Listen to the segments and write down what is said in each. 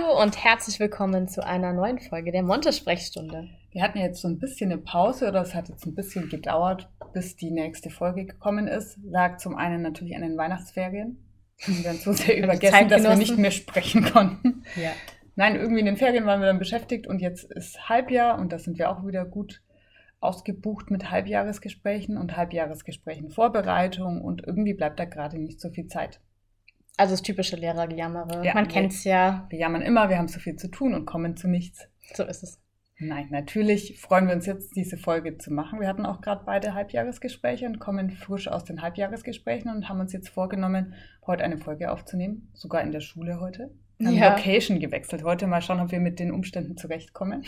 Hallo und herzlich willkommen zu einer neuen Folge der Monte-Sprechstunde. Wir hatten jetzt so ein bisschen eine Pause oder es hat jetzt ein bisschen gedauert, bis die nächste Folge gekommen ist. Lag zum einen natürlich an den Weihnachtsferien. Und dann so sehr übergessen, dass wir nicht mehr sprechen konnten. Ja. Nein, irgendwie in den Ferien waren wir dann beschäftigt und jetzt ist Halbjahr und da sind wir auch wieder gut ausgebucht mit Halbjahresgesprächen und Halbjahresgesprächen Vorbereitung und irgendwie bleibt da gerade nicht so viel Zeit. Also das typische Lehrergejammere. Ja, Man kennt es ja. Wir jammern immer, wir haben so viel zu tun und kommen zu nichts. So ist es. Nein, natürlich freuen wir uns jetzt, diese Folge zu machen. Wir hatten auch gerade beide Halbjahresgespräche und kommen frisch aus den Halbjahresgesprächen und haben uns jetzt vorgenommen, heute eine Folge aufzunehmen. Sogar in der Schule heute. Wir haben Location gewechselt. Heute mal schauen, ob wir mit den Umständen zurechtkommen.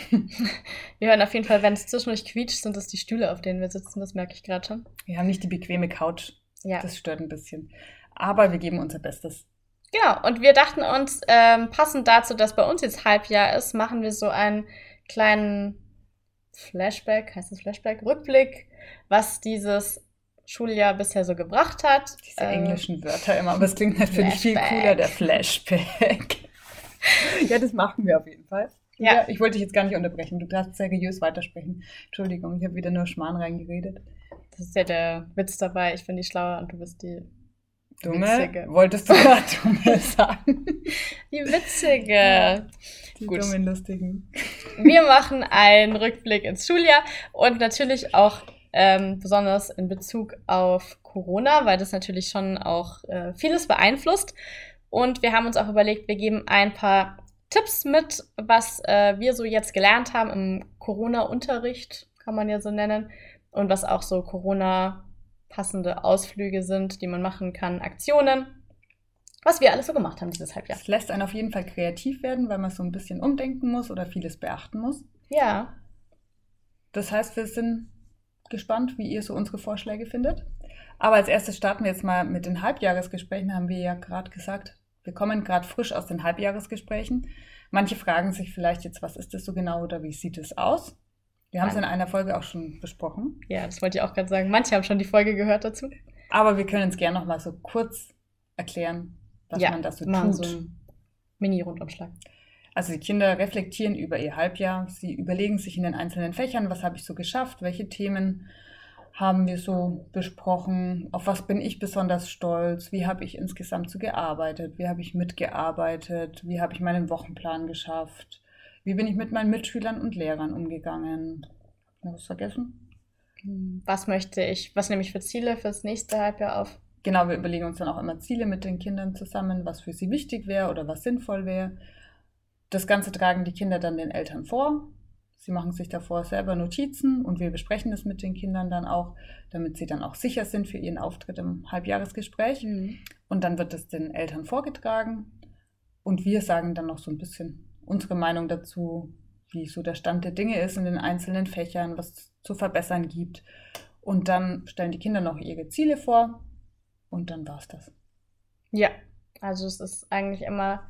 Wir hören auf jeden Fall, wenn es zwischendurch quietscht, sind das die Stühle, auf denen wir sitzen. Das merke ich gerade schon. Wir haben nicht die bequeme Couch. Ja. Das stört ein bisschen. Aber wir geben unser Bestes. Genau, und wir dachten uns, passend dazu, dass bei uns jetzt Halbjahr ist, machen wir so einen kleinen Flashback, heißt das Flashback? Rückblick, was dieses Schuljahr bisher so gebracht hat. Diese englischen Wörter immer, aber es klingt natürlich viel cooler, der Flashback. Ja, das machen wir auf jeden Fall. Ja. Ich wollte dich jetzt gar nicht unterbrechen, du darfst seriös weitersprechen. Entschuldigung, ich habe wieder nur Schmarrn reingeredet. Das ist ja der Witz dabei, ich bin die Schlaue und du bist die Dumme? Witzige. Wolltest du gerade Dumme sagen? Die Witzige. Die Gut. Dummen, Lustigen. Wir machen einen Rückblick ins Schuljahr und natürlich auch besonders in Bezug auf Corona, weil das natürlich schon auch vieles beeinflusst. Und wir haben uns auch überlegt, wir geben ein paar Tipps mit, was wir so jetzt gelernt haben im Corona-Unterricht, kann man ja so nennen, und was auch so Corona passende Ausflüge sind, die man machen kann, Aktionen, was wir alles so gemacht haben dieses Halbjahr. Es lässt einen auf jeden Fall kreativ werden, weil man so ein bisschen umdenken muss oder vieles beachten muss. Ja. Das heißt, wir sind gespannt, wie ihr so unsere Vorschläge findet. Aber als erstes starten wir jetzt mal mit den Halbjahresgesprächen, haben wir ja gerade gesagt. Wir kommen gerade frisch aus den Halbjahresgesprächen. Manche fragen sich vielleicht jetzt, was ist das so genau oder wie sieht es aus? Wir haben es in einer Folge auch schon besprochen. Ja, das wollte ich auch gerade sagen. Manche haben schon die Folge gehört dazu. Aber wir können es gerne noch mal so kurz erklären, was man da so tut. So einen Mini-Rundumschlag. Also die Kinder reflektieren über ihr Halbjahr. Sie überlegen sich in den einzelnen Fächern, was habe ich so geschafft, welche Themen haben wir so besprochen, auf was bin ich besonders stolz, wie habe ich insgesamt so gearbeitet, wie habe ich mitgearbeitet, wie habe ich meinen Wochenplan geschafft. Wie bin ich mit meinen Mitschülern und Lehrern umgegangen? Hab ich noch was vergessen? Was nehme ich für Ziele fürs nächste Halbjahr auf? Genau, wir überlegen uns dann auch immer Ziele mit den Kindern zusammen, was für sie wichtig wäre oder was sinnvoll wäre. Das Ganze tragen die Kinder dann den Eltern vor. Sie machen sich davor selber Notizen und wir besprechen das mit den Kindern dann auch, damit sie dann auch sicher sind für ihren Auftritt im Halbjahresgespräch. Und dann wird es den Eltern vorgetragen und wir sagen dann noch so ein bisschen unsere Meinung dazu, wie so der Stand der Dinge ist in den einzelnen Fächern, was es zu verbessern gibt. Und dann stellen die Kinder noch ihre Ziele vor und dann war's das. Ja, also es ist eigentlich immer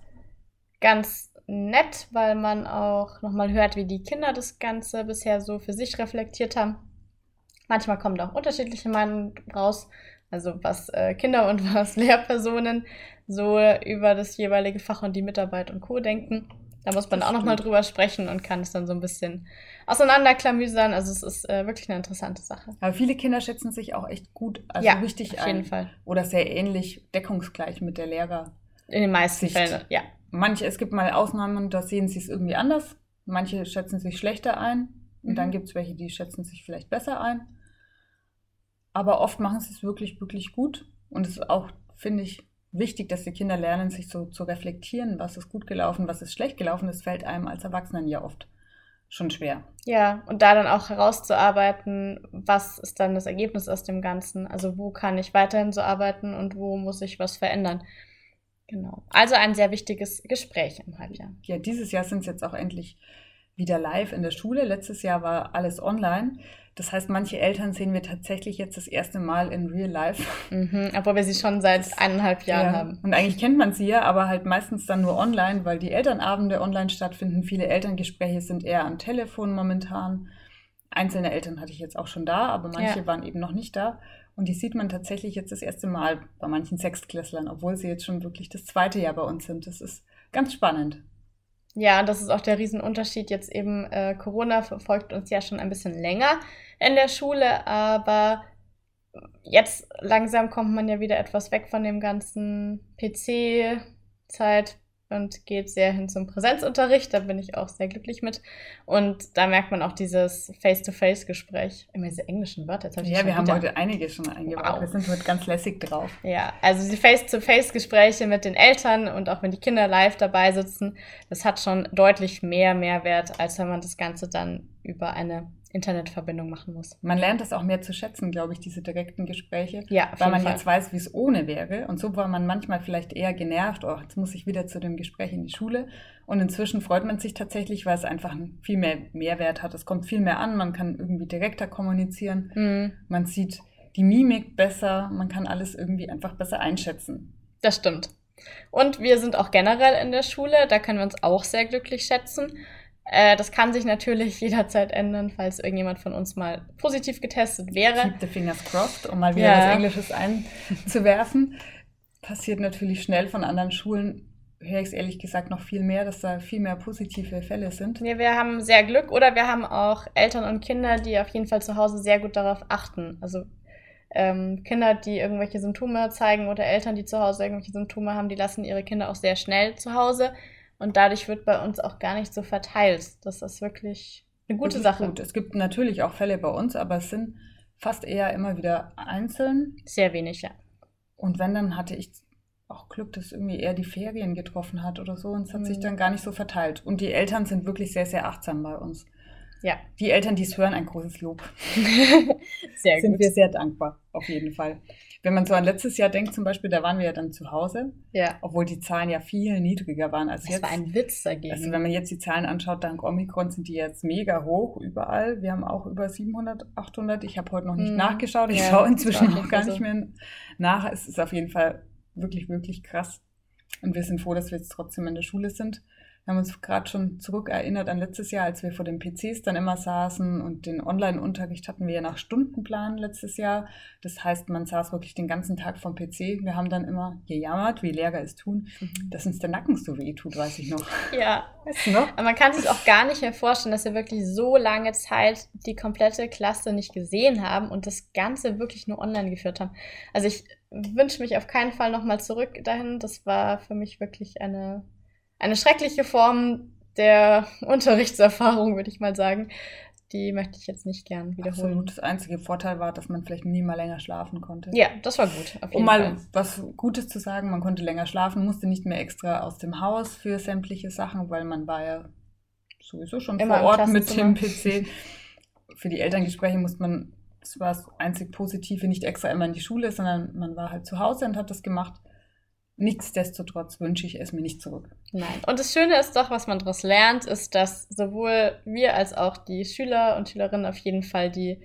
ganz nett, weil man auch nochmal hört, wie die Kinder das Ganze bisher so für sich reflektiert haben. Manchmal kommen auch unterschiedliche Meinungen raus, also was Kinder und was Lehrpersonen so über das jeweilige Fach und die Mitarbeit und Co. denken. Da muss man auch nochmal drüber sprechen und kann es dann so ein bisschen auseinanderklamüsern. Also es ist wirklich eine interessante Sache. Aber viele Kinder schätzen sich auch echt gut, also richtig auf jeden Fall. Oder sehr ähnlich, deckungsgleich mit der Lehrer. In den meisten Fällen, ja. Es gibt mal Ausnahmen, da sehen sie es irgendwie anders. Manche schätzen sich schlechter ein und dann gibt es welche, die schätzen sich vielleicht besser ein. Aber oft machen sie es wirklich, wirklich gut. Und es ist auch, finde ich, wichtig, dass die Kinder lernen, sich so zu reflektieren, was ist gut gelaufen, was ist schlecht gelaufen. Das fällt einem als Erwachsenen ja oft schon schwer. Ja, und da dann auch herauszuarbeiten, was ist dann das Ergebnis aus dem Ganzen? Also wo kann ich weiterhin so arbeiten und wo muss ich was verändern? Genau. Also ein sehr wichtiges Gespräch im Halbjahr. Ja, dieses Jahr sind es jetzt auch endlich wieder live in der Schule. Letztes Jahr war alles online. Das heißt, manche Eltern sehen wir tatsächlich jetzt das erste Mal in real life. Obwohl wir sie schon seit 1,5 Jahren haben. Und eigentlich kennt man sie ja, aber halt meistens dann nur online, weil die Elternabende online stattfinden. Viele Elterngespräche sind eher am Telefon momentan. Einzelne Eltern hatte ich jetzt auch schon da, aber manche waren eben noch nicht da. Und die sieht man tatsächlich jetzt das erste Mal bei manchen Sechstklässlern, obwohl sie jetzt schon wirklich das 2. Jahr bei uns sind. Das ist ganz spannend. Ja, und das ist auch der Riesenunterschied. Jetzt eben, Corona verfolgt uns ja schon ein bisschen länger in der Schule, aber jetzt langsam kommt man ja wieder etwas weg von dem ganzen PC-Zeit und geht sehr hin zum Präsenzunterricht. Da bin ich auch sehr glücklich mit. Und da merkt man auch dieses Face-to-Face-Gespräch. Immer diese englischen Wörter. Jetzt hab ich Ja, schon wir haben wieder. heute einige schon eingebaut. Wow. Wir sind heute ganz lässig drauf. Ja, also die Face-to-Face-Gespräche mit den Eltern und auch wenn die Kinder live dabei sitzen, das hat schon deutlich mehr Mehrwert, als wenn man das Ganze dann über eine Internetverbindung machen muss. Man lernt das auch mehr zu schätzen, glaube ich, diese direkten Gespräche, Ja, auf weil jeden man Fall. jetzt weiß, wie es ohne wäre. Und so war man manchmal vielleicht eher genervt, oh, jetzt muss ich wieder zu dem Gespräch in die Schule. Und inzwischen freut man sich tatsächlich, weil es einfach viel mehr Mehrwert hat. Es kommt viel mehr an, man kann irgendwie direkter kommunizieren, man sieht die Mimik besser, man kann alles irgendwie einfach besser einschätzen. Das stimmt. Und wir sind auch generell in der Schule, da können wir uns auch sehr glücklich schätzen. Das kann sich natürlich jederzeit ändern, falls irgendjemand von uns mal positiv getestet wäre. Keep the fingers crossed, um mal wieder Ja. was Englisches einzuwerfen. Passiert natürlich schnell von anderen Schulen, höre ich es ehrlich gesagt noch viel mehr, dass da viel mehr positive Fälle sind. Ja, wir haben sehr Glück oder wir haben auch Eltern und Kinder, die auf jeden Fall zu Hause sehr gut darauf achten. Also Kinder, die irgendwelche Symptome zeigen oder Eltern, die zu Hause irgendwelche Symptome haben, die lassen ihre Kinder auch sehr schnell zu Hause. Und dadurch wird bei uns auch gar nicht so verteilt. Das ist wirklich eine gute Wirklich Sache. gut. Es gibt natürlich auch Fälle bei uns, aber es sind fast eher immer wieder einzeln. Sehr wenig, ja. Und wenn, dann hatte ich auch Glück, dass irgendwie eher die Ferien getroffen hat oder so. Und es hat sich dann gar nicht so verteilt. Und die Eltern sind wirklich sehr, sehr achtsam bei uns. Ja, Die Eltern, die es hören, ein großes Lob. sehr Sind gut. wir sehr dankbar, auf jeden Fall. Wenn man so an letztes Jahr denkt, zum Beispiel, da waren wir ja dann zu Hause, Ja, obwohl die Zahlen ja viel niedriger waren als das jetzt. war ein Witz dagegen. Also wenn man jetzt die Zahlen anschaut, dank Omikron sind die jetzt mega hoch überall. Wir haben auch über 700, 800. Ich habe heute noch nicht nachgeschaut. Ich Ja, schaue inzwischen das war auf auch gar jeden nicht Fall mehr nach. Es ist auf jeden Fall wirklich, wirklich krass. Und wir sind froh, dass wir jetzt trotzdem in der Schule sind. Wir haben uns gerade schon zurückerinnert an letztes Jahr, als wir vor den PCs dann immer saßen und den Online-Unterricht hatten wir ja nach Stundenplan letztes Jahr. Das heißt, man saß wirklich den ganzen Tag vom PC. Wir haben dann immer gejammert, wie Lehrer es tun, dass uns der Nacken so weh tut, weiß ich noch. Ja, Weißt du noch? aber man kann sich auch gar nicht mehr vorstellen, dass wir wirklich so lange Zeit die komplette Klasse nicht gesehen haben und das Ganze wirklich nur online geführt haben. Also ich wünsche mich auf keinen Fall nochmal zurück dahin. Das war für mich wirklich eine schreckliche Form der Unterrichtserfahrung, würde ich mal sagen. Die möchte ich jetzt nicht gern wiederholen. Absolut. Das einzige Vorteil war, dass man vielleicht nie mal länger schlafen konnte. Ja, das war gut, auf jeden Um mal Fall. was Gutes zu sagen, man konnte länger schlafen, musste nicht mehr extra aus dem Haus für sämtliche Sachen, weil man war ja sowieso schon Immer vor im Ort mit dem Klassenzimmer. PC. Für die Elterngespräche musste man, das war das einzig Positive, nicht extra immer in die Schule, sondern man war halt zu Hause und hat das gemacht. Nichtsdestotrotz wünsche ich es mir nicht zurück. Nein. Und das Schöne ist doch, was man daraus lernt, ist, dass sowohl wir als auch die Schüler und Schülerinnen auf jeden Fall die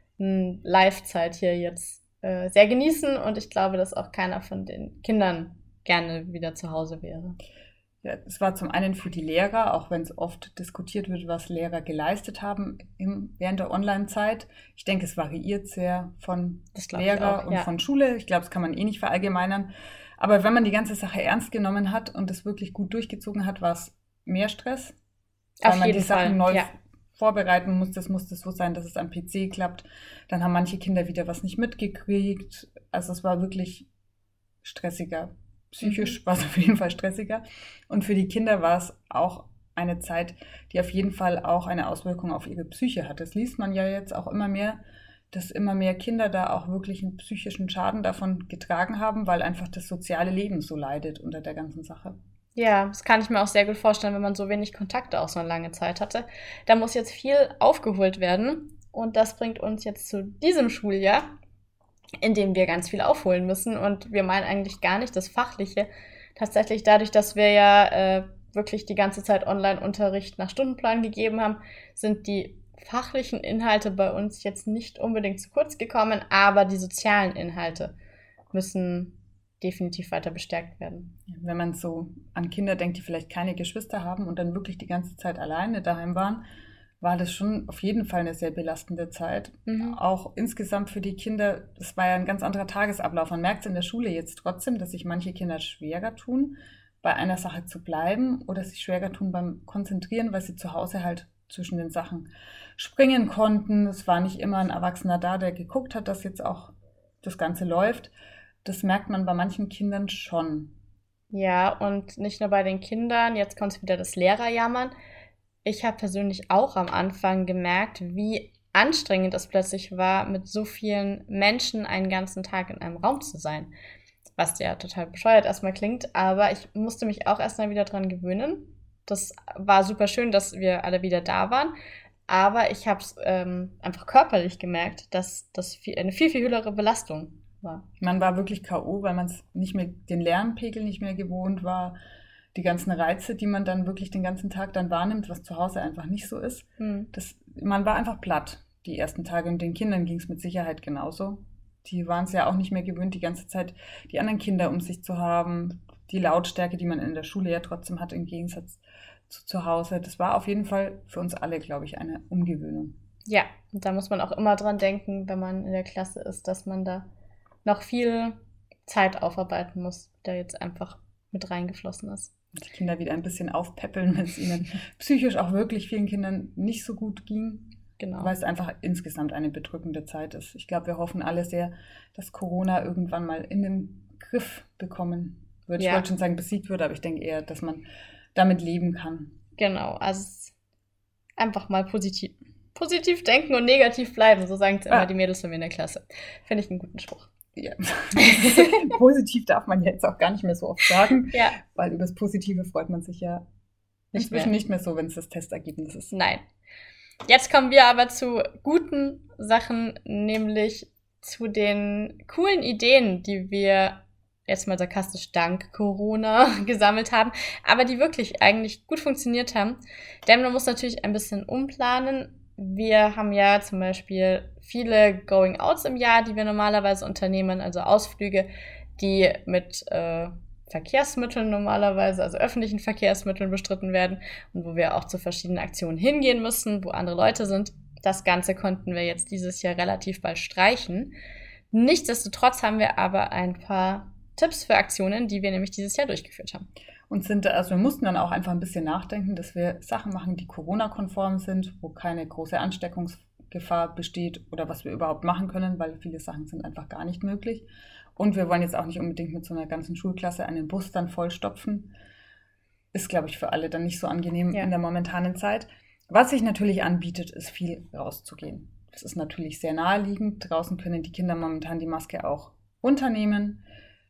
Live-Zeit hier jetzt sehr genießen. Und ich glaube, dass auch keiner von den Kindern gerne wieder zu Hause wäre. Ja, es war zum einen für die Lehrer, auch wenn es oft diskutiert wird, was Lehrer geleistet haben während der Online-Zeit. Ich denke, es variiert sehr von Das glaube ich Lehrer auch, und ja. von Schule. Ich glaube, das kann man eh nicht verallgemeinern. Aber wenn man die ganze Sache ernst genommen hat und es wirklich gut durchgezogen hat, war es mehr Stress, weil Auf man jeden die Sachen Fall, neu ja. vorbereiten muss. Das musste so sein, dass es am PC klappt. Dann haben manche Kinder wieder was nicht mitgekriegt. Also es war wirklich stressiger. Psychisch war es auf jeden Fall stressiger. Und für die Kinder war es auch eine Zeit, die auf jeden Fall auch eine Auswirkung auf ihre Psyche hat. Das liest man ja jetzt auch immer mehr, dass immer mehr Kinder da auch wirklich einen psychischen Schaden davon getragen haben, weil einfach das soziale Leben so leidet unter der ganzen Sache. Ja, das kann ich mir auch sehr gut vorstellen, wenn man so wenig Kontakte auch so eine lange Zeit hatte. Da muss jetzt viel aufgeholt werden. Und das bringt uns jetzt zu diesem Schuljahr, in dem wir ganz viel aufholen müssen. Und wir meinen eigentlich gar nicht das Fachliche. Tatsächlich dadurch, dass wir ja wirklich die ganze Zeit Online-Unterricht nach Stundenplan gegeben haben, sind die fachlichen Inhalte bei uns jetzt nicht unbedingt zu kurz gekommen, aber die sozialen Inhalte müssen definitiv weiter bestärkt werden. Wenn man so an Kinder denkt, die vielleicht keine Geschwister haben und dann wirklich die ganze Zeit alleine daheim waren, war das schon auf jeden Fall eine sehr belastende Zeit. Auch insgesamt für die Kinder, das war ja ein ganz anderer Tagesablauf. Man merkt es in der Schule jetzt trotzdem, dass sich manche Kinder schwerer tun, bei einer Sache zu bleiben oder sich schwerer tun beim Konzentrieren, weil sie zu Hause halt zwischen den Sachen springen konnten. Es war nicht immer ein Erwachsener da, der geguckt hat, dass jetzt auch das Ganze läuft. Das merkt man bei manchen Kindern schon. Ja, und nicht nur bei den Kindern, jetzt kommt wieder das Lehrerjammern. Ich habe persönlich auch am Anfang gemerkt, wie anstrengend es plötzlich war, mit so vielen Menschen einen ganzen Tag in einem Raum zu sein. Was ja total bescheuert erstmal klingt, aber ich musste mich auch erstmal wieder dran gewöhnen. Das war super schön, dass wir alle wieder da waren, aber ich habe es einfach körperlich gemerkt, dass das eine viel, viel höhere Belastung war. Man war wirklich K.O., weil man es nicht mehr, den Lärmpegel nicht mehr gewohnt war, die ganzen Reize, die man dann wirklich den ganzen Tag dann wahrnimmt, was zu Hause einfach nicht so ist. Man war einfach platt die ersten Tage und den Kindern ging es mit Sicherheit genauso. Die waren es ja auch nicht mehr gewöhnt, die ganze Zeit die anderen Kinder um sich zu haben, die Lautstärke, die man in der Schule ja trotzdem hat, im Gegensatz zu Hause. Das war auf jeden Fall für uns alle, glaube ich, eine Umgewöhnung. Ja, und da muss man auch immer dran denken, wenn man in der Klasse ist, dass man da noch viel Zeit aufarbeiten muss, der jetzt einfach mit reingeflossen ist. Die Kinder wieder ein bisschen aufpäppeln, wenn es ihnen psychisch auch wirklich vielen Kindern nicht so gut ging. Genau. Weil es einfach insgesamt eine bedrückende Zeit ist. Ich glaube, wir hoffen alle sehr, dass Corona irgendwann mal in den Griff bekommen wird. Ja. Ich wollte schon sagen, besiegt wird, aber ich denke eher, dass man damit leben kann. Genau, also einfach mal positiv denken und negativ bleiben. So sagen es immer die Mädels von mir in der Klasse. Finde ich einen guten Spruch. Ja. Positiv darf man jetzt auch gar nicht mehr so oft sagen, weil über das Positive freut man sich ja inzwischen nicht mehr so, wenn es das Testergebnis ist. Nein. Jetzt kommen wir aber zu guten Sachen, nämlich zu den coolen Ideen, die wir jetzt mal sarkastisch dank Corona gesammelt haben, aber die wirklich eigentlich gut funktioniert haben. Denn man muss natürlich ein bisschen umplanen. Wir haben ja zum Beispiel viele Going-Outs im Jahr, die wir normalerweise unternehmen, also Ausflüge, die mit Verkehrsmitteln normalerweise, also öffentlichen Verkehrsmitteln bestritten werden und wo wir auch zu verschiedenen Aktionen hingehen müssen, wo andere Leute sind. Das Ganze konnten wir jetzt dieses Jahr relativ bald streichen. Nichtsdestotrotz haben wir aber ein paar Tipps für Aktionen, die wir nämlich dieses Jahr durchgeführt haben. Und wir mussten dann auch einfach ein bisschen nachdenken, dass wir Sachen machen, die Corona-konform sind, wo keine große Ansteckungsgefahr besteht oder was wir überhaupt machen können, weil viele Sachen sind einfach gar nicht möglich. Und wir wollen jetzt auch nicht unbedingt mit so einer ganzen Schulklasse einen Bus dann vollstopfen. Ist, glaube ich, für alle dann nicht so angenehm in der momentanen Zeit. Was sich natürlich anbietet, ist viel rauszugehen. Das ist natürlich sehr naheliegend. Draußen können die Kinder momentan die Maske auch runternehmen.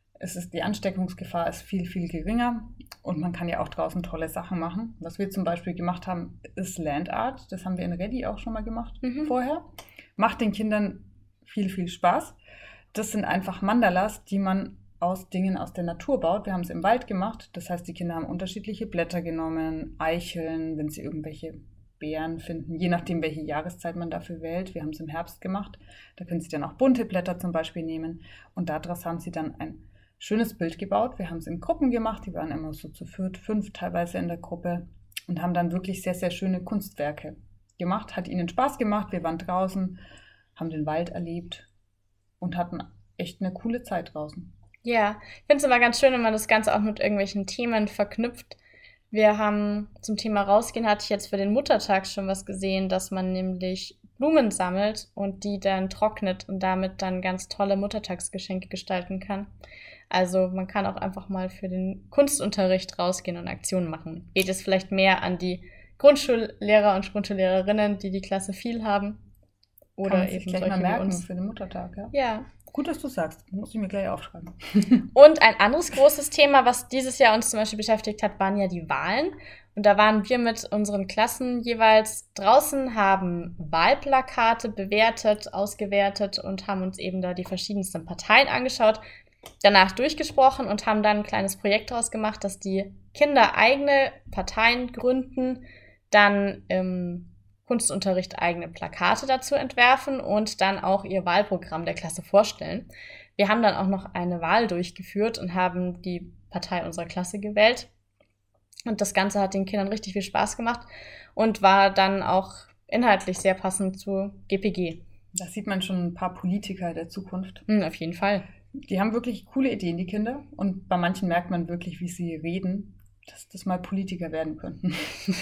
Die Ansteckungsgefahr ist viel, viel geringer und man kann ja auch draußen tolle Sachen machen. Was wir zum Beispiel gemacht haben, ist Landart. Das haben wir in Reddy auch schon mal gemacht vorher. Macht den Kindern viel, viel Spaß. Das sind einfach Mandalas, die man aus Dingen aus der Natur baut. Wir haben es im Wald gemacht. Das heißt, die Kinder haben unterschiedliche Blätter genommen, Eicheln, wenn sie irgendwelche Beeren finden, je nachdem, welche Jahreszeit man dafür wählt. Wir haben es im Herbst gemacht. Da können sie dann auch bunte Blätter zum Beispiel nehmen. Und daraus haben sie dann ein schönes Bild gebaut. Wir haben es in Gruppen gemacht. Die waren immer so zu 4, 5 teilweise in der Gruppe und haben dann wirklich sehr, sehr schöne Kunstwerke gemacht. Hat ihnen Spaß gemacht. Wir waren draußen, haben den Wald erlebt und hatten echt eine coole Zeit draußen. Ja, ich finde es immer ganz schön, wenn man das Ganze auch mit irgendwelchen Themen verknüpft. Wir haben zum Thema Rausgehen, hatte ich jetzt für den Muttertag schon was gesehen, dass man nämlich Blumen sammelt und die dann trocknet und damit dann ganz tolle Muttertagsgeschenke gestalten kann. Also man kann auch einfach mal für den Kunstunterricht rausgehen und Aktionen machen. Geht es vielleicht mehr an die Grundschullehrer und Grundschullehrerinnen, die Klasse viel haben. Oder kann man eben sich gleich mal merken für den Muttertag, ja? Ja. Gut, dass du sagst. Muss ich mir gleich aufschreiben. Und ein anderes großes Thema, was dieses Jahr uns zum Beispiel beschäftigt hat, waren ja die Wahlen. Und da waren wir mit unseren Klassen jeweils draußen, haben Wahlplakate bewertet, ausgewertet und haben uns eben da die verschiedensten Parteien angeschaut, danach durchgesprochen und haben dann ein kleines Projekt daraus gemacht, dass die Kinder eigene Parteien gründen, dann im Kunstunterricht eigene Plakate dazu entwerfen und dann auch ihr Wahlprogramm der Klasse vorstellen. Wir haben dann auch noch eine Wahl durchgeführt und haben die Partei unserer Klasse gewählt. Und das Ganze hat den Kindern richtig viel Spaß gemacht und war dann auch inhaltlich sehr passend zu GPG. Da sieht man schon ein paar Politiker der Zukunft. Auf jeden Fall. Die haben wirklich coole Ideen, die Kinder. Und bei manchen merkt man wirklich, wie sie reden, dass das mal Politiker werden könnten.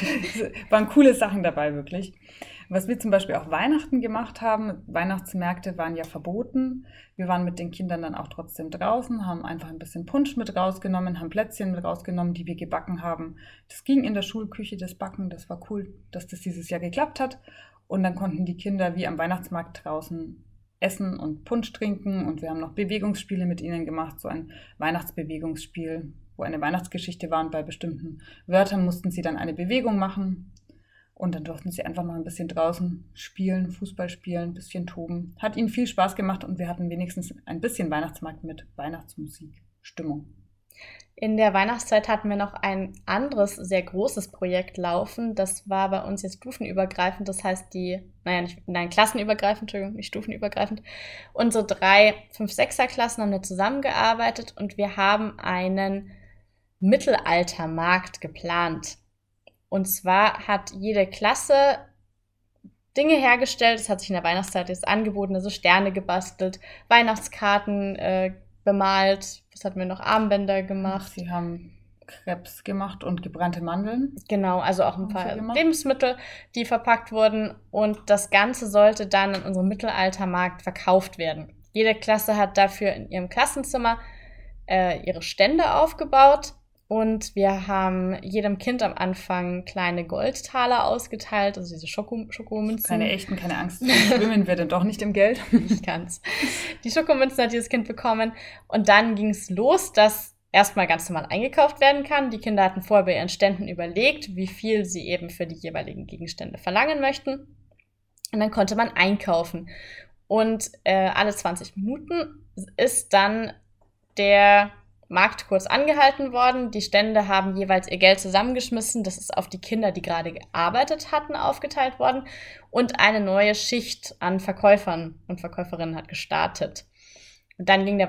Es waren coole Sachen dabei, wirklich. Was wir zum Beispiel auch Weihnachten gemacht haben, Weihnachtsmärkte waren ja verboten. Wir waren mit den Kindern dann auch trotzdem draußen, haben einfach ein bisschen Punsch mit rausgenommen, haben Plätzchen mit rausgenommen, die wir gebacken haben. Das ging in der Schulküche, das Backen, das war cool, dass das dieses Jahr geklappt hat. Und dann konnten die Kinder wie am Weihnachtsmarkt draußen essen und Punsch trinken. Und wir haben noch Bewegungsspiele mit ihnen gemacht, so ein Weihnachtsbewegungsspiel, wo eine Weihnachtsgeschichte war und bei bestimmten Wörtern mussten sie dann eine Bewegung machen. Und dann durften sie einfach mal ein bisschen draußen spielen, Fußball spielen, ein bisschen toben. Hat ihnen viel Spaß gemacht und wir hatten wenigstens ein bisschen Weihnachtsmarkt mit Weihnachtsmusik, Stimmung. In der Weihnachtszeit hatten wir noch ein anderes, sehr großes Projekt laufen. Das war bei uns jetzt stufenübergreifend, das heißt klassenübergreifend, Entschuldigung, nicht stufenübergreifend. Unsere 3, 5, 6er Klassen haben da zusammengearbeitet und wir haben einen Mittelaltermarkt geplant. Und zwar hat jede Klasse Dinge hergestellt, das hat sich in der Weihnachtszeit jetzt angeboten, also Sterne gebastelt, Weihnachtskarten bemalt, was hatten wir noch, Armbänder gemacht. Sie haben Crepes gemacht und gebrannte Mandeln. Genau, also auch ein paar Lebensmittel, die verpackt wurden und das Ganze sollte dann in unserem Mittelaltermarkt verkauft werden. Jede Klasse hat dafür in ihrem Klassenzimmer ihre Stände aufgebaut. Und wir haben jedem Kind am Anfang kleine Goldtaler ausgeteilt, also diese Schokomünzen. Keine echten, keine Angst, schwimmen wir denn doch nicht im Geld? Nicht ganz. Die Schokomünzen hat dieses Kind bekommen. Und dann ging es los, dass erstmal ganz normal eingekauft werden kann. Die Kinder hatten vorher bei ihren Ständen überlegt, wie viel sie eben für die jeweiligen Gegenstände verlangen möchten. Und dann konnte man einkaufen. Und alle 20 Minuten ist dann der Markt kurz angehalten worden. Die Stände haben jeweils ihr Geld zusammengeschmissen. Das ist auf die Kinder, die gerade gearbeitet hatten, aufgeteilt worden. Und eine neue Schicht an Verkäufern und Verkäuferinnen hat gestartet. Und dann ging der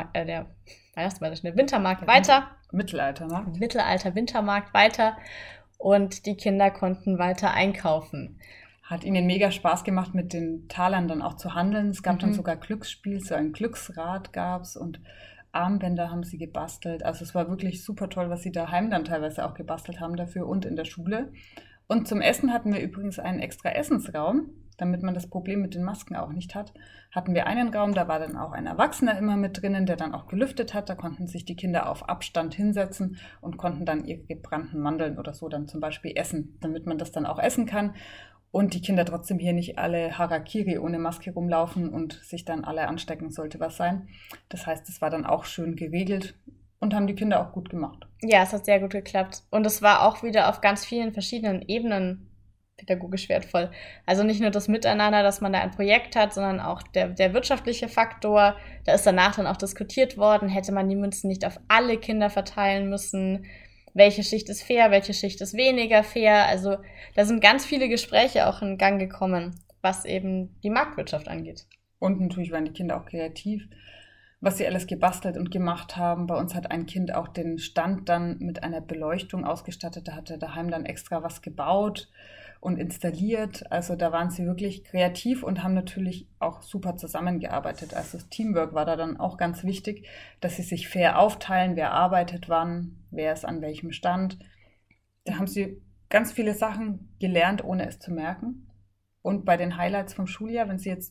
Wintermarkt weiter. Mittelalter-Wintermarkt weiter. Und die Kinder konnten weiter einkaufen. Hat ihnen mega Spaß gemacht, mit den Talern dann auch zu handeln. Es gab dann sogar Glücksspiel, so ein Glücksrad gab's und Armbänder haben sie gebastelt. Also es war wirklich super toll, was sie daheim dann teilweise auch gebastelt haben dafür und in der Schule. Und zum Essen hatten wir übrigens einen extra Essensraum, damit man das Problem mit den Masken auch nicht hat. Hatten wir einen Raum, da war dann auch ein Erwachsener immer mit drinnen, der dann auch gelüftet hat. Da konnten sich die Kinder auf Abstand hinsetzen und konnten dann ihre gebrannten Mandeln oder so dann zum Beispiel essen, damit man das dann auch essen kann. Und die Kinder trotzdem hier nicht alle Harakiri ohne Maske rumlaufen und sich dann alle anstecken, sollte was sein. Das heißt, es war dann auch schön geregelt und haben die Kinder auch gut gemacht. Ja, es hat sehr gut geklappt. Und es war auch wieder auf ganz vielen verschiedenen Ebenen pädagogisch wertvoll. Also nicht nur das Miteinander, dass man da ein Projekt hat, sondern auch der wirtschaftliche Faktor. Da ist danach dann auch diskutiert worden, hätte man die Münzen nicht auf alle Kinder verteilen müssen. Welche Schicht ist fair, welche Schicht ist weniger fair. Also da sind ganz viele Gespräche auch in Gang gekommen, was eben die Marktwirtschaft angeht. Und natürlich waren die Kinder auch kreativ, was sie alles gebastelt und gemacht haben. Bei uns hat ein Kind auch den Stand dann mit einer Beleuchtung ausgestattet. Da hat er daheim dann extra was gebaut und installiert. Also da waren sie wirklich kreativ und haben natürlich auch super zusammengearbeitet. Also das Teamwork war da dann auch ganz wichtig, dass sie sich fair aufteilen, wer arbeitet wann, wer ist an welchem Stand. Da haben sie ganz viele Sachen gelernt, ohne es zu merken. Und bei den Highlights vom Schuljahr, wenn sie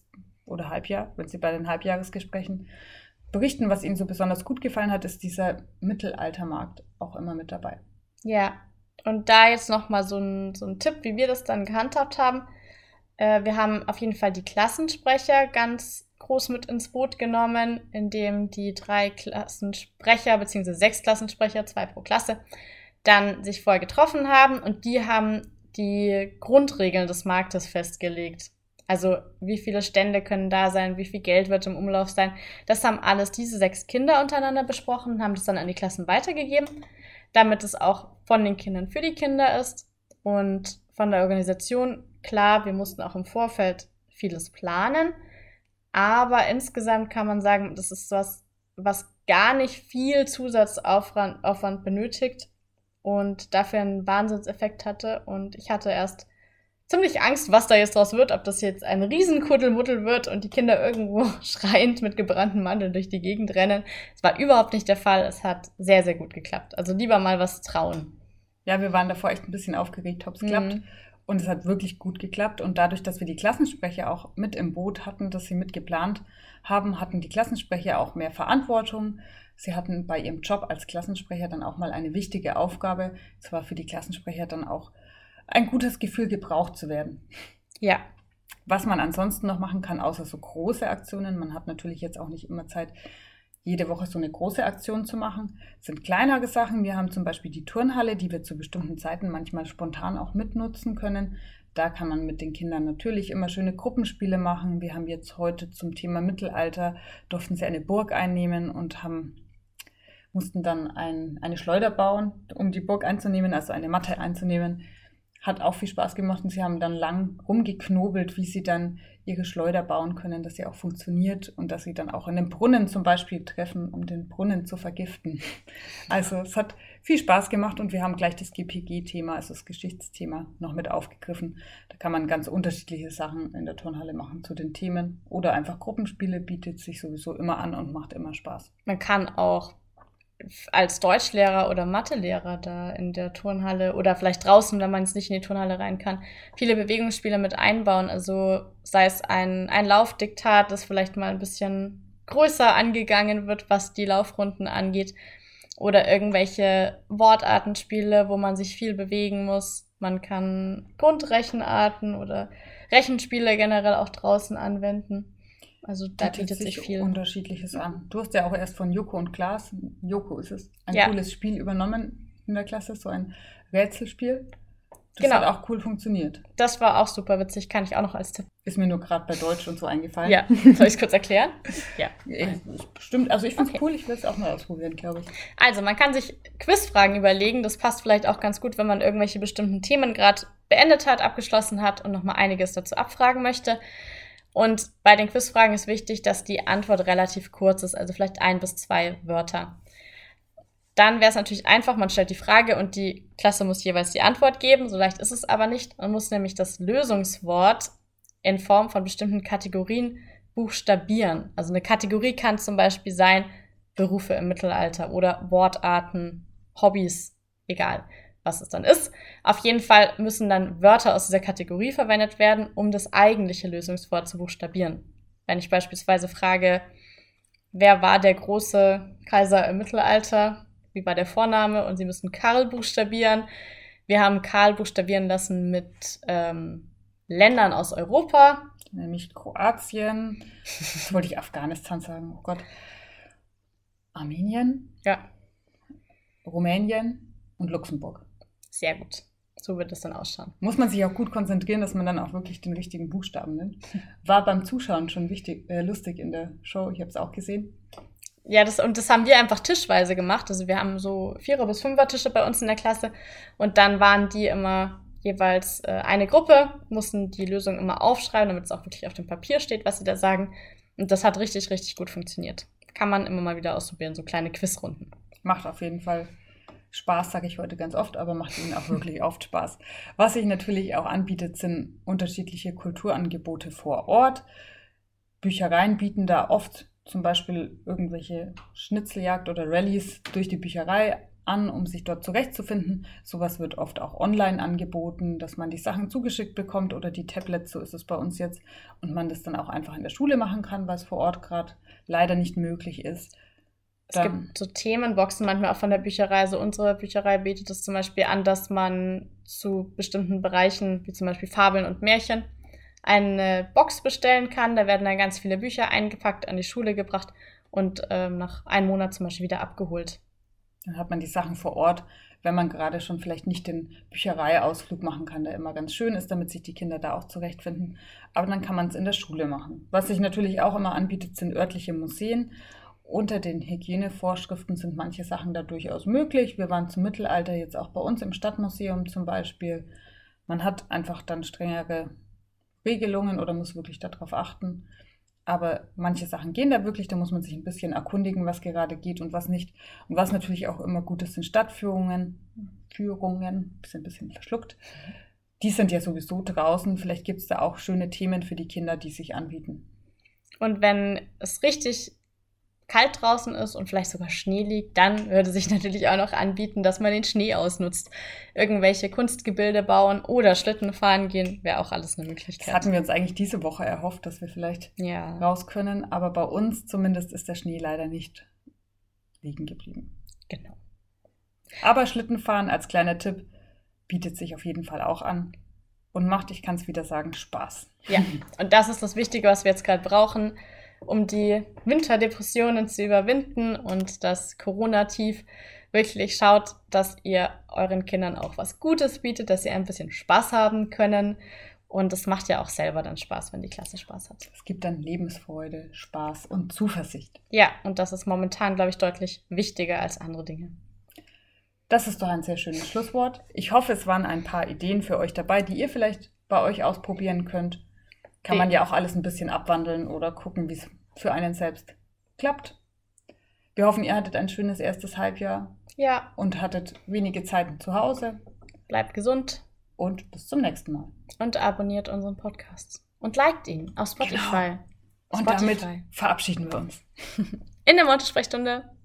bei den Halbjahresgesprächen berichten, was ihnen so besonders gut gefallen hat, ist dieser Mittelaltermarkt auch immer mit dabei. Ja, und da jetzt nochmal so ein Tipp, wie wir das dann gehandhabt haben. Wir haben auf jeden Fall die Klassensprecher ganz groß mit ins Boot genommen, indem die 3 Klassensprecher bzw. 6 Klassensprecher, 2 pro Klasse, dann sich vorher getroffen haben und die haben die Grundregeln des Marktes festgelegt. Also wie viele Stände können da sein, wie viel Geld wird im Umlauf sein. Das haben alles diese 6 Kinder untereinander besprochen und haben das dann an die Klassen weitergegeben, damit es auch von den Kindern für die Kinder ist und von der Organisation. Klar, wir mussten auch im Vorfeld vieles planen, aber insgesamt kann man sagen, das ist was gar nicht viel Zusatzaufwand benötigt und dafür einen Wahnsinnseffekt hatte. Und ich hatte erst ziemlich Angst, was da jetzt draus wird, ob das jetzt ein Riesenkuddelmuddel wird und die Kinder irgendwo schreiend mit gebrannten Mandeln durch die Gegend rennen. Es war überhaupt nicht der Fall. Es hat sehr, sehr gut geklappt. Also lieber mal was trauen. Ja, wir waren davor echt ein bisschen aufgeregt, ob es klappt. Und es hat wirklich gut geklappt. Und dadurch, dass wir die Klassensprecher auch mit im Boot hatten, dass sie mitgeplant haben, hatten die Klassensprecher auch mehr Verantwortung. Sie hatten bei ihrem Job als Klassensprecher dann auch mal eine wichtige Aufgabe. Es war für die Klassensprecher dann auch ein gutes Gefühl, gebraucht zu werden. Ja. Was man ansonsten noch machen kann, außer so große Aktionen, man hat natürlich jetzt auch nicht immer Zeit, jede Woche so eine große Aktion zu machen, sind kleinere Sachen. Wir haben zum Beispiel die Turnhalle, die wir zu bestimmten Zeiten manchmal spontan auch mitnutzen können. Da kann man mit den Kindern natürlich immer schöne Gruppenspiele machen. Wir haben jetzt heute zum Thema Mittelalter, durften sie eine Burg einnehmen und mussten dann eine Schleuder bauen, um die Burg einzunehmen, also eine Matte einzunehmen. Hat auch viel Spaß gemacht und sie haben dann lang rumgeknobelt, wie sie dann ihre Schleuder bauen können, dass sie auch funktioniert und dass sie dann auch in den Brunnen zum Beispiel treffen, um den Brunnen zu vergiften. Also es hat viel Spaß gemacht und wir haben gleich das GPG-Thema, also das Geschichtsthema, noch mit aufgegriffen. Da kann man ganz unterschiedliche Sachen in der Turnhalle machen zu den Themen oder einfach Gruppenspiele, bietet sich sowieso immer an und macht immer Spaß. Man kann auch als Deutschlehrer oder Mathelehrer da in der Turnhalle oder vielleicht draußen, wenn man jetzt nicht in die Turnhalle rein kann, viele Bewegungsspiele mit einbauen. Also sei es ein Laufdiktat, das vielleicht mal ein bisschen größer angegangen wird, was die Laufrunden angeht. Oder irgendwelche Wortartenspiele, wo man sich viel bewegen muss. Man kann Grundrechenarten oder Rechenspiele generell auch draußen anwenden. Also da bietet sich viel Unterschiedliches an. Du hast ja auch erst von Joko und Klaas, Joko ist es, ein cooles Spiel übernommen in der Klasse, so ein Rätselspiel. Das hat auch cool funktioniert. Das war auch super witzig, kann ich auch noch als Tipp. Ist mir nur gerade bei Deutsch und so eingefallen. Ja, soll ich es kurz erklären? Ja. Bestimmt, also ich finde es cool, ich will es auch mal ausprobieren, glaube ich. Also man kann sich Quizfragen überlegen, das passt vielleicht auch ganz gut, wenn man irgendwelche bestimmten Themen gerade beendet hat, abgeschlossen hat und nochmal einiges dazu abfragen möchte. Und bei den Quizfragen ist wichtig, dass die Antwort relativ kurz ist, also vielleicht 1 bis 2 Wörter. Dann wäre es natürlich einfach, man stellt die Frage und die Klasse muss jeweils die Antwort geben. So leicht ist es aber nicht. Man muss nämlich das Lösungswort in Form von bestimmten Kategorien buchstabieren. Also eine Kategorie kann zum Beispiel sein Berufe im Mittelalter oder Wortarten, Hobbys, egal was es dann ist. Auf jeden Fall müssen dann Wörter aus dieser Kategorie verwendet werden, um das eigentliche Lösungswort zu buchstabieren. Wenn ich beispielsweise frage, wer war der große Kaiser im Mittelalter, wie war der Vorname, und Sie müssen Karl buchstabieren. Wir haben Karl buchstabieren lassen mit Ländern aus Europa. Nämlich Kroatien, jetzt wollte ich Afghanistan sagen, oh Gott, Armenien, Rumänien und Luxemburg. Sehr gut. So wird es dann ausschauen. Muss man sich auch gut konzentrieren, dass man dann auch wirklich den richtigen Buchstaben nimmt. War beim Zuschauen schon lustig in der Show. Ich habe es auch gesehen. Ja, das haben wir einfach tischweise gemacht. Also wir haben so 4er- bis 5er-Tische bei uns in der Klasse. Und dann waren die immer jeweils eine Gruppe, mussten die Lösung immer aufschreiben, damit es auch wirklich auf dem Papier steht, was sie da sagen. Und das hat richtig, richtig gut funktioniert. Kann man immer mal wieder ausprobieren, so kleine Quizrunden. Macht auf jeden Fall Spaß, sage ich heute ganz oft, aber macht ihnen auch wirklich oft Spaß. Was sich natürlich auch anbietet, sind unterschiedliche Kulturangebote vor Ort. Büchereien bieten da oft zum Beispiel irgendwelche Schnitzeljagd oder Rallyes durch die Bücherei an, um sich dort zurechtzufinden. Sowas wird oft auch online angeboten, dass man die Sachen zugeschickt bekommt oder die Tablets, so ist es bei uns jetzt, und man das dann auch einfach in der Schule machen kann, weil es vor Ort gerade leider nicht möglich ist. Es gibt so Themenboxen manchmal auch von der Bücherei. Also unsere Bücherei bietet es zum Beispiel an, dass man zu bestimmten Bereichen, wie zum Beispiel Fabeln und Märchen, eine Box bestellen kann. Da werden dann ganz viele Bücher eingepackt, an die Schule gebracht und nach einem Monat zum Beispiel wieder abgeholt. Dann hat man die Sachen vor Ort, wenn man gerade schon vielleicht nicht den Büchereiausflug machen kann, der immer ganz schön ist, damit sich die Kinder da auch zurechtfinden. Aber dann kann man es in der Schule machen. Was sich natürlich auch immer anbietet, sind örtliche Museen. Unter den Hygienevorschriften sind manche Sachen da durchaus möglich. Wir waren zum Mittelalter jetzt auch bei uns im Stadtmuseum zum Beispiel. Man hat einfach dann strengere Regelungen oder muss wirklich darauf achten. Aber manche Sachen gehen da wirklich, da muss man sich ein bisschen erkundigen, was gerade geht und was nicht. Und was natürlich auch immer gut ist, sind Stadtführungen. Ein bisschen verschluckt. die sind ja sowieso draußen. Vielleicht gibt es da auch schöne Themen für die Kinder, die sich anbieten. Und wenn es richtig kalt draußen ist und vielleicht sogar Schnee liegt, dann würde sich natürlich auch noch anbieten, dass man den Schnee ausnutzt. Irgendwelche Kunstgebilde bauen oder Schlitten fahren gehen, wäre auch alles eine Möglichkeit. Das hatten wir uns eigentlich diese Woche erhofft, dass wir vielleicht raus können. Aber bei uns zumindest ist der Schnee leider nicht liegen geblieben. Genau. Aber Schlittenfahren als kleiner Tipp bietet sich auf jeden Fall auch an und macht, ich kann es wieder sagen, Spaß. Ja, und das ist das Wichtige, was wir jetzt gerade brauchen, um die Winterdepressionen zu überwinden und das Corona-Tief. Wirklich schaut, dass ihr euren Kindern auch was Gutes bietet, dass sie ein bisschen Spaß haben können. Und es macht ja auch selber dann Spaß, wenn die Klasse Spaß hat. Es gibt dann Lebensfreude, Spaß und Zuversicht. Ja, und das ist momentan, glaube ich, deutlich wichtiger als andere Dinge. Das ist doch ein sehr schönes Schlusswort. Ich hoffe, es waren ein paar Ideen für euch dabei, die ihr vielleicht bei euch ausprobieren könnt. Kann man ja auch alles ein bisschen abwandeln oder gucken, wie es für einen selbst klappt. Wir hoffen, ihr hattet ein schönes erstes Halbjahr. Ja. Und hattet wenige Zeiten zu Hause. Bleibt gesund. Und bis zum nächsten Mal. Und abonniert unseren Podcast. Und liked ihn auf Spotify. Genau. Und damit verabschieden wir uns. In der Monte-Sprechstunde.